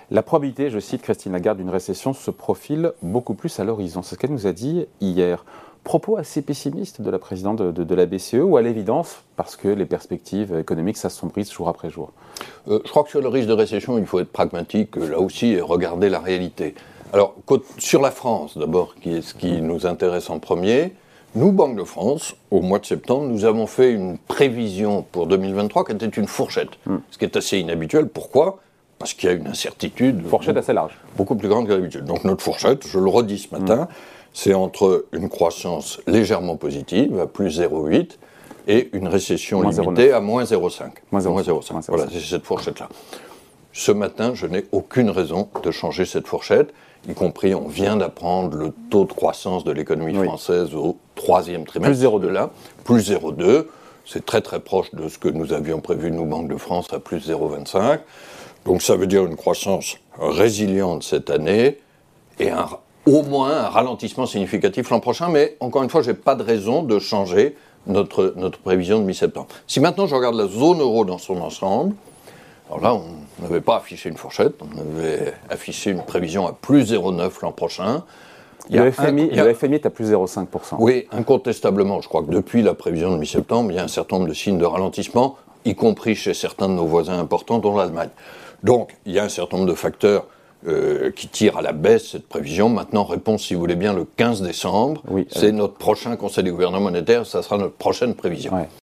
La probabilité, je cite Christine Lagarde, d'une récession se profile beaucoup plus à l'horizon. C'est ce qu'elle nous a dit hier. Propos assez pessimistes de la présidente de la BCE ou à l'évidence, parce que les perspectives économiques s'assombrissent jour après jour? Je crois que sur le risque de récession, il faut être pragmatique, là aussi, et regarder la réalité. Alors, sur la France, d'abord, qui est ce qui nous intéresse en premier, nous, Banque de France, au mois de septembre, nous avons fait une prévision pour 2023 qui était une fourchette, ce qui est assez inhabituel. Pourquoi ? Parce qu'il y a une incertitude Fourchette assez large. Beaucoup plus grande que d'habitude. Donc notre fourchette, je le redis ce matin, c'est entre une croissance légèrement positive, à plus 0,8, et une récession limitée à moins 0,5. Moins 0,5. Voilà, c'est cette fourchette-là. Ce matin, je n'ai aucune raison de changer cette fourchette, y compris, on vient d'apprendre le taux de croissance de l'économie française au troisième trimestre. Plus 0,2. Là, plus 0,2. C'est très très proche de ce que nous avions prévu, nous, Banque de France, à plus 0,25. Donc ça veut dire une croissance résiliente cette année et au moins un ralentissement significatif l'an prochain. Mais encore une fois, je n'ai pas de raison de changer notre prévision de mi-septembre. Si maintenant je regarde la zone euro dans son ensemble, alors là, on n'avait pas affiché une fourchette, on avait affiché une prévision à plus 0,9 l'an prochain. Le FMI est à plus 0,5%. Oui, incontestablement. Je crois que depuis la prévision de mi-septembre, il y a un certain nombre de signes de ralentissement, y compris chez certains de nos voisins importants, dont l'Allemagne. Donc, il y a un certain nombre de facteurs qui tirent à la baisse cette prévision. Maintenant, réponse, si vous voulez bien, le 15 décembre. C'est notre prochain Conseil des gouvernements monétaires, ça sera notre prochaine prévision. Ouais.